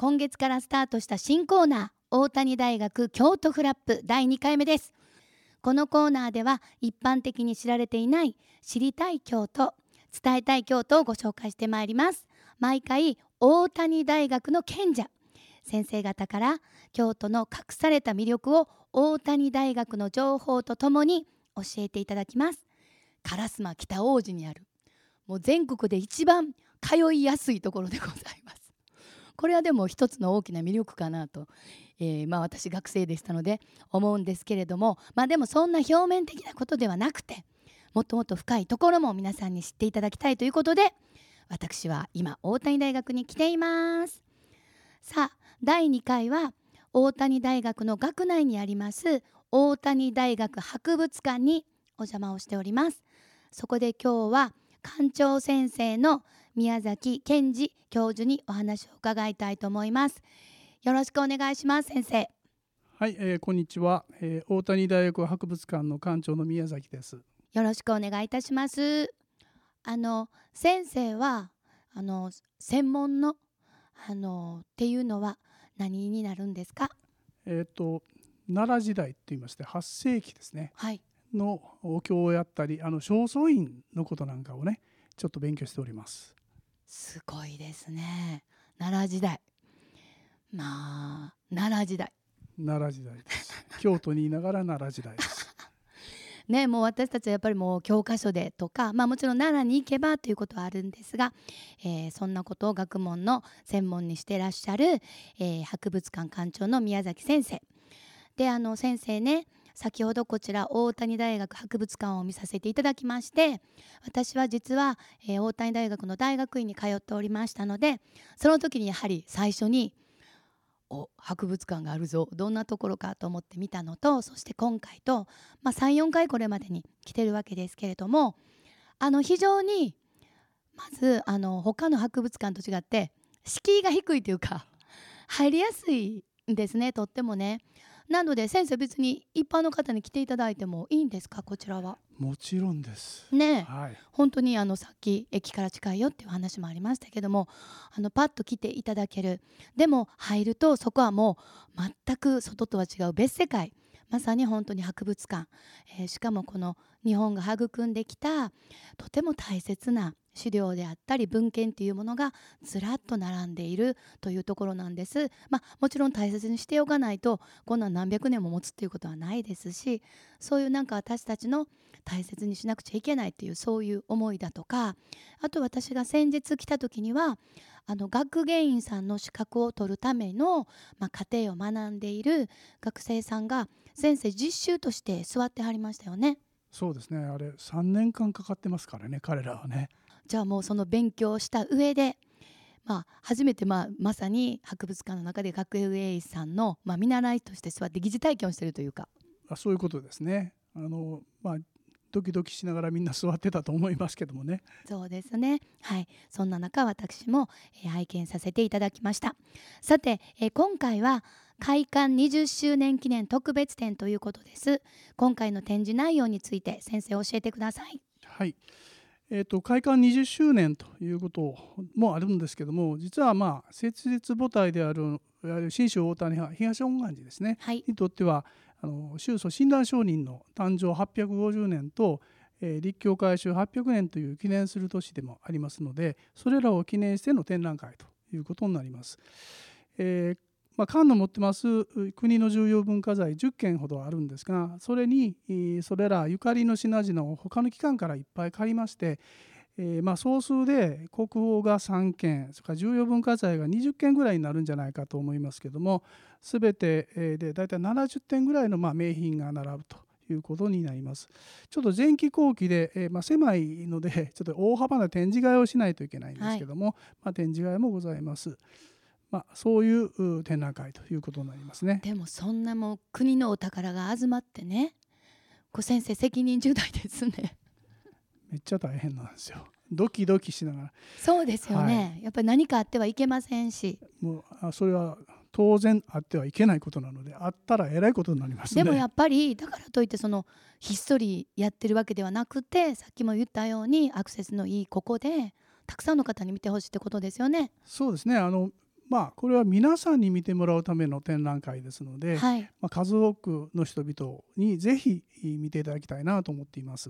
今月からスタートした新コーナー、大谷大学京都フラップ第2回目です。このコーナーでは一般的に知られていない知りたい京都、伝えたい京都をご紹介してまいります。毎回大谷大学の賢者先生方から京都の隠された魅力を大谷大学の情報とともに教えていただきます。烏丸北大路にある、もう全国で一番通いやすいところでございます。これはでも一つの大きな魅力かなと、私学生でしたので思うんですけれども、でもそんな表面的なことではなくて、もっともっと深いところも皆さんに知っていただきたいということで、私は今大谷大学に来ています。さあ、第2回は大谷大学の学内にあります大谷大学博物館にお邪魔をしております。そこで今日は館長先生の宮崎健二教授にお話を伺いたいと思います。よろしくお願いします、先生。 はい、こんにちは、大谷大学博物館の館長の宮崎です。 よろしくお願いいたします。先生は専門のっていうのは何になるんですか？ 奈良時代って言いまして8世紀ですね、 はい、 のお経をやったり正倉院のことなんかをねちょっと勉強しております。 すごいですね。奈良時代、奈良時代奈良時代です。京都にいながら奈良時代ですね、もう私たちはやっぱりもう教科書でとか、もちろん奈良に行けばということはあるんですが、そんなことを学問の専門にしてらっしゃる、博物館館長の宮崎先生で、先生ね、先ほどこちら大谷大学博物館を見させていただきまして、私は実は、大谷大学の大学院に通っておりましたので、その時にやはり最初に博物館があるぞ、どんなところかと思って見たのと、そして今回と、3、4回これまでに来てるわけですけれども、非常にまず他の博物館と違って敷居が低いというか入りやすいんですね、とってもね。なので先生、別に一般の方に来ていただいてもいいんですか、こちらは？ もちろんですねえ、 はい、 本当にさっき駅から近いよっていう話もありましたけども、パッと来ていただける。でも入るとそこはもう全く外とは違う別世界、まさに本当に博物館、しかもこの日本が育んできたとても大切な資料であったり文献というものがずらっと並んでいるというところなんです。もちろん大切にしておかないとこんなん何百年も持つっていうことはないですし、そういう私たちの大切にしなくちゃいけないっていう、そういう思いだとか、あと私が先日来た時には学芸員さんの資格を取るための、過程を学んでいる学生さんが先生実習として座ってはりましたよね。 そうですね、あれ3年間かかってますからね、彼らはね。 じゃあもうその勉強をした上で、初めてまさに博物館の中で学芸員さんの、見習いとして座って疑似体験をしているというか。 そういうことですね。ドキドキしながらみんな座ってたと思いますけどもね。 そうですね、はい、そんな中私も、拝見させていただきました。さて、今回は開館20周年記念特別展ということです。今回の展示内容について先生教えてください。 はい、開館20周年ということもあるんですけども、実は設立母体であるいわゆる信州大谷派東本願寺ですね、 はい、 にとっては宗祖親鸞上人の誕生850年と、立教改修800年という記念する年でもありますので、それらを記念しての展覧会ということになります。館の持ってます国の重要文化財10件ほどあるんですが、それにそれらゆかりの品々を他の機関からいっぱい借りまして、総数で国宝が3件、それから重要文化財が20件ぐらいになるんじゃないかと思いますけども、全てでだいたい70点ぐらいの名品が並ぶということになります。ちょっと前期後期で、狭いのでちょっと大幅な展示会をしないといけないんですけども、展示会もございます。そういう展覧会ということになりますね。 でもそんなもう国のお宝が集まってね、先生責任重大ですね。 めっちゃ大変なんですよ。ドキドキしながら。 そうですよね、やっぱり何かあってはいけませんし。 もうそれは当然あってはいけないことなので、あったらえらいことになりますね。 でもやっぱりだからといってひっそりやってるわけではなくて、さっきも言ったようにアクセスのいいここでたくさんの方に見てほしいってことですよね。 そうですね。 これは皆さんに見てもらうための展覧会ですので、 はい。 数多くの人々にぜひ見ていただきたいなと思っています。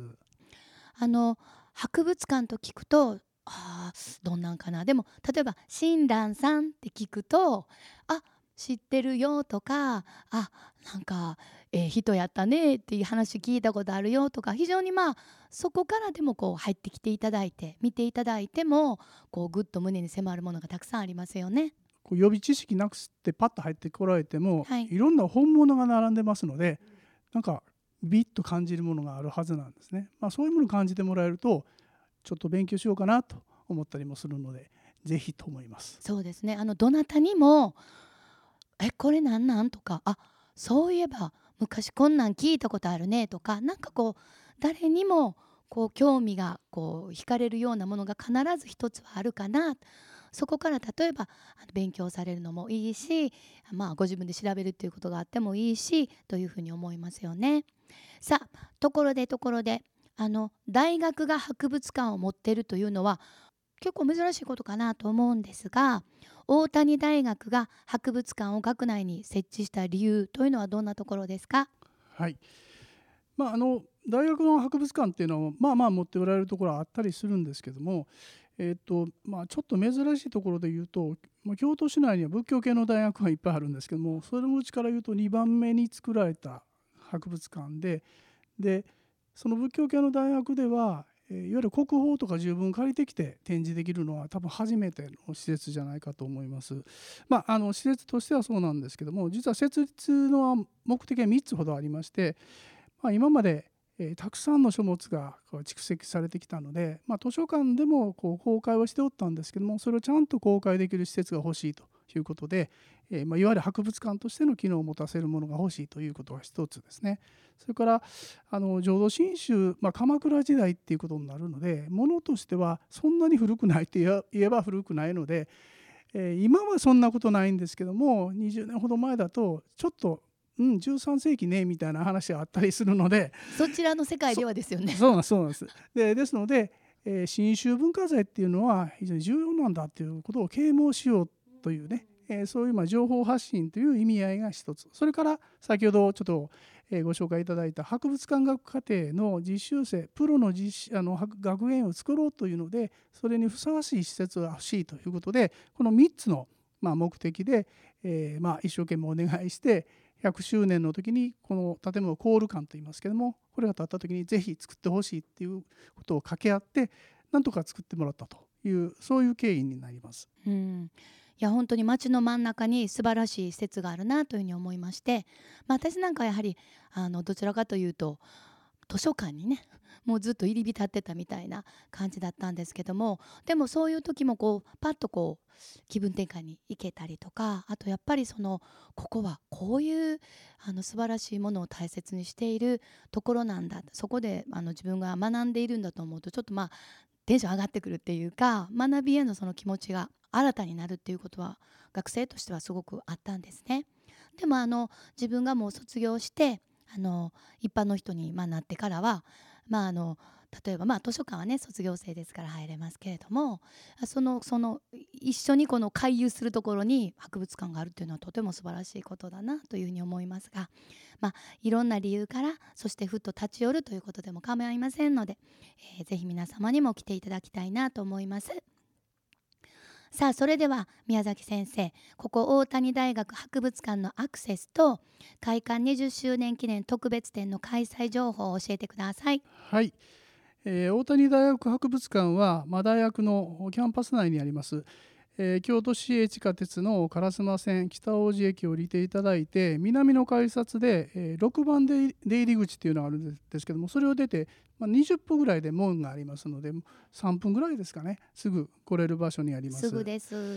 博物館と聞くと、どんなんかな。でも例えば親鸞さんって聞くと、知ってるよとか、なんか人やったねっていう話聞いたことあるよとか、非常にそこからでもこう入ってきていただいて見ていただいても、こうぐっと胸に迫るものがたくさんありますよね。 こう予備知識なくしてパッと入ってこられても、 はい。 いろんな本物が並んでますので、なんかビッと感じるものがあるはずなんですね。そういうものを感じてもらえると、ちょっと勉強しようかなと思ったりもするので、ぜひと思います。 そうですね。どなたにもこれなんなんとか、そういえば昔こんなん聞いたことあるねとか、なんかこう誰にもこう興味がこう惹かれるようなものが必ず一つはあるかな。そこから例えば勉強されるのもいいし、ご自分で調べるっていうことがあってもいいしというふうに思いますよね。さあ、ところで大学が博物館を持っているというのは結構珍しいことかなと思うんですが、大谷大学が博物館を学内に設置した理由というのはどんなところですか？ はい。大学の博物館っていうのは持っておられるところはあったりするんですけども、ちょっと珍しいところで言うと、京都市内には仏教系の大学がいっぱいあるんですけども、それのうちから言うと2番目に作られた博物館で、その仏教系の大学では、いわゆる国宝とか十分借りてきて展示できるのは多分初めての施設じゃないかと思います。施設としてはそうなんですけども、実は設立の目的は3つほどありまして、今までたくさんの書物が蓄積されてきたので、図書館でも公開をしておったんですけども、それをちゃんと公開できる施設が欲しいということで、いわゆる博物館としての機能を持たせるものが欲しいということが一つですね。それから浄土真宗、鎌倉時代っていうことになるので、ものとしてはそんなに古くないと言えば古くないので、今はそんなことないんですけども、20年ほど前だとちょっと13世紀ねみたいな話があったりするので、 そちらの世界ではですよね。 そうなんです。ですので、新宗文化財っていうのは非常に重要なんだということを啓蒙しようというね、そういう情報発信という意味合いが一つ。それから先ほどちょっとご紹介いただいた博物館学課程の実習生プロの学園を作ろうというので、それにふさわしい施設が欲しいということで、この3つの目的で、一生懸命お願いして100周年の時にこの建物をコール館と言いますけども、これが建った時にぜひ作ってほしいっていうことを掛け合ってなんとか作ってもらったというそういう経緯になります。 いや本当に街の真ん中に素晴らしい施設があるなというふうに思いまして、私なんかやはりどちらかというと図書館にねもうずっと入り浸ってたみたいな感じだったんですけども、でもそういう時もパッと気分転換に行けたりとか、あとやっぱりここはこういう素晴らしいものを大切にしているところなんだ、そこで自分が学んでいるんだと思うと、ちょっとテンション上がってくるっていうか、学びへのその気持ちが新たになるっていうことは学生としてはすごくあったんですね。でも自分がもう卒業して一般の人になってからは、例えば図書館はね卒業生ですから入れますけれども、その一緒に回遊するところに博物館があるっていうのはとても素晴らしいことだなというふうに思いますが、いろんな理由から、そしてふっと立ち寄るということでも構いませんので、ぜひ皆様にも来ていただきたいなと思います。さあ、それでは宮崎先生、ここ大谷大学博物館のアクセスと開館20周年記念特別展の開催情報を教えてください。 はい、大谷大学博物館は、大学のキャンパス内にあります、京都市営地下鉄の烏丸線北大路駅を降りていただいて、南の改札で、6番で出入り口っていうのがあるんですけども、それを出て、20分ぐらいで門がありますので、3分ぐらいですかね、すぐ来れる場所にあります。 すぐです。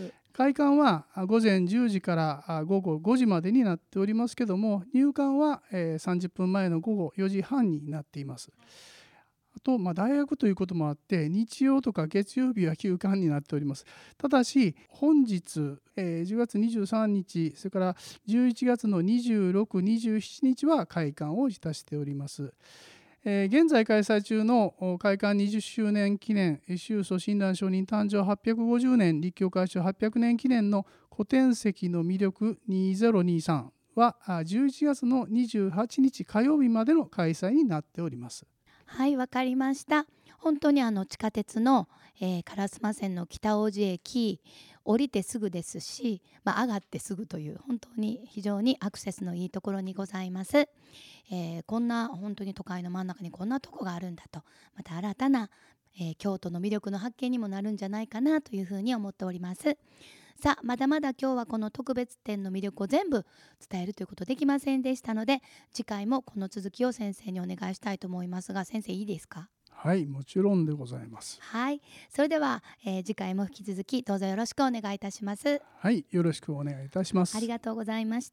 開館は午前10時から午後5時までになっておりますけども、入館は30分前の午後4時半になっています。あと、大学ということもあって日曜とか月曜日は休館になっております。ただし本日、10月23日、それから11月の26、27日は開館をいたしております。 現在開催中の開館20周年記念宗祖親鸞上人誕生850年立教改修800年記念の古典籍の魅力2023は11月の28日火曜日までの開催になっております。 はい、わかりました。本当に地下鉄の、烏丸線の北大路駅降りてすぐですし、上がってすぐという本当に非常にアクセスのいいところにございます。こんな本当に都会の真ん中にこんなとこがあるんだと、また新たな、京都の魅力の発見にもなるんじゃないかなというふうに思っております。さあ、まだまだ今日はこの特別展の魅力を全部伝えるということできませんでしたので、次回もこの続きを先生にお願いしたいと思いますが、先生いいですか？ はい、もちろんでございます。 はい、それでは、次回も引き続きどうぞよろしくお願いいたします。 はい、よろしくお願いいたします。 ありがとうございました。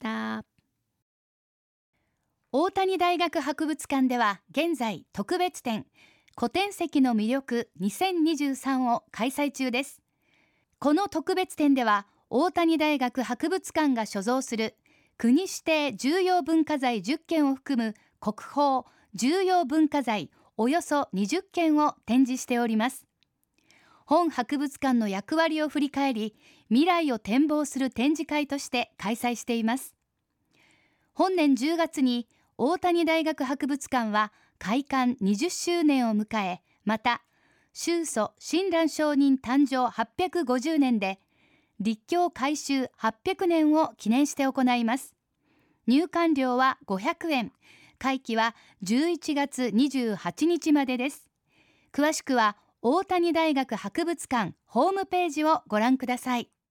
大谷大学博物館では現在特別展古典籍の魅力2023を開催中です。この特別展では大谷大学博物館が所蔵する国指定重要文化財10件を含む国宝重要文化財およそ20件を展示しております。本博物館の役割を振り返り、未来を展望する展示会として開催しています。本年10月に大谷大学博物館は開館20周年を迎え、また宗祖親鸞上人誕生850年で立教改修800年を記念して行います。入館料は500円、会期は11月28日までです。詳しくは大谷大学博物館ホームページをご覧ください。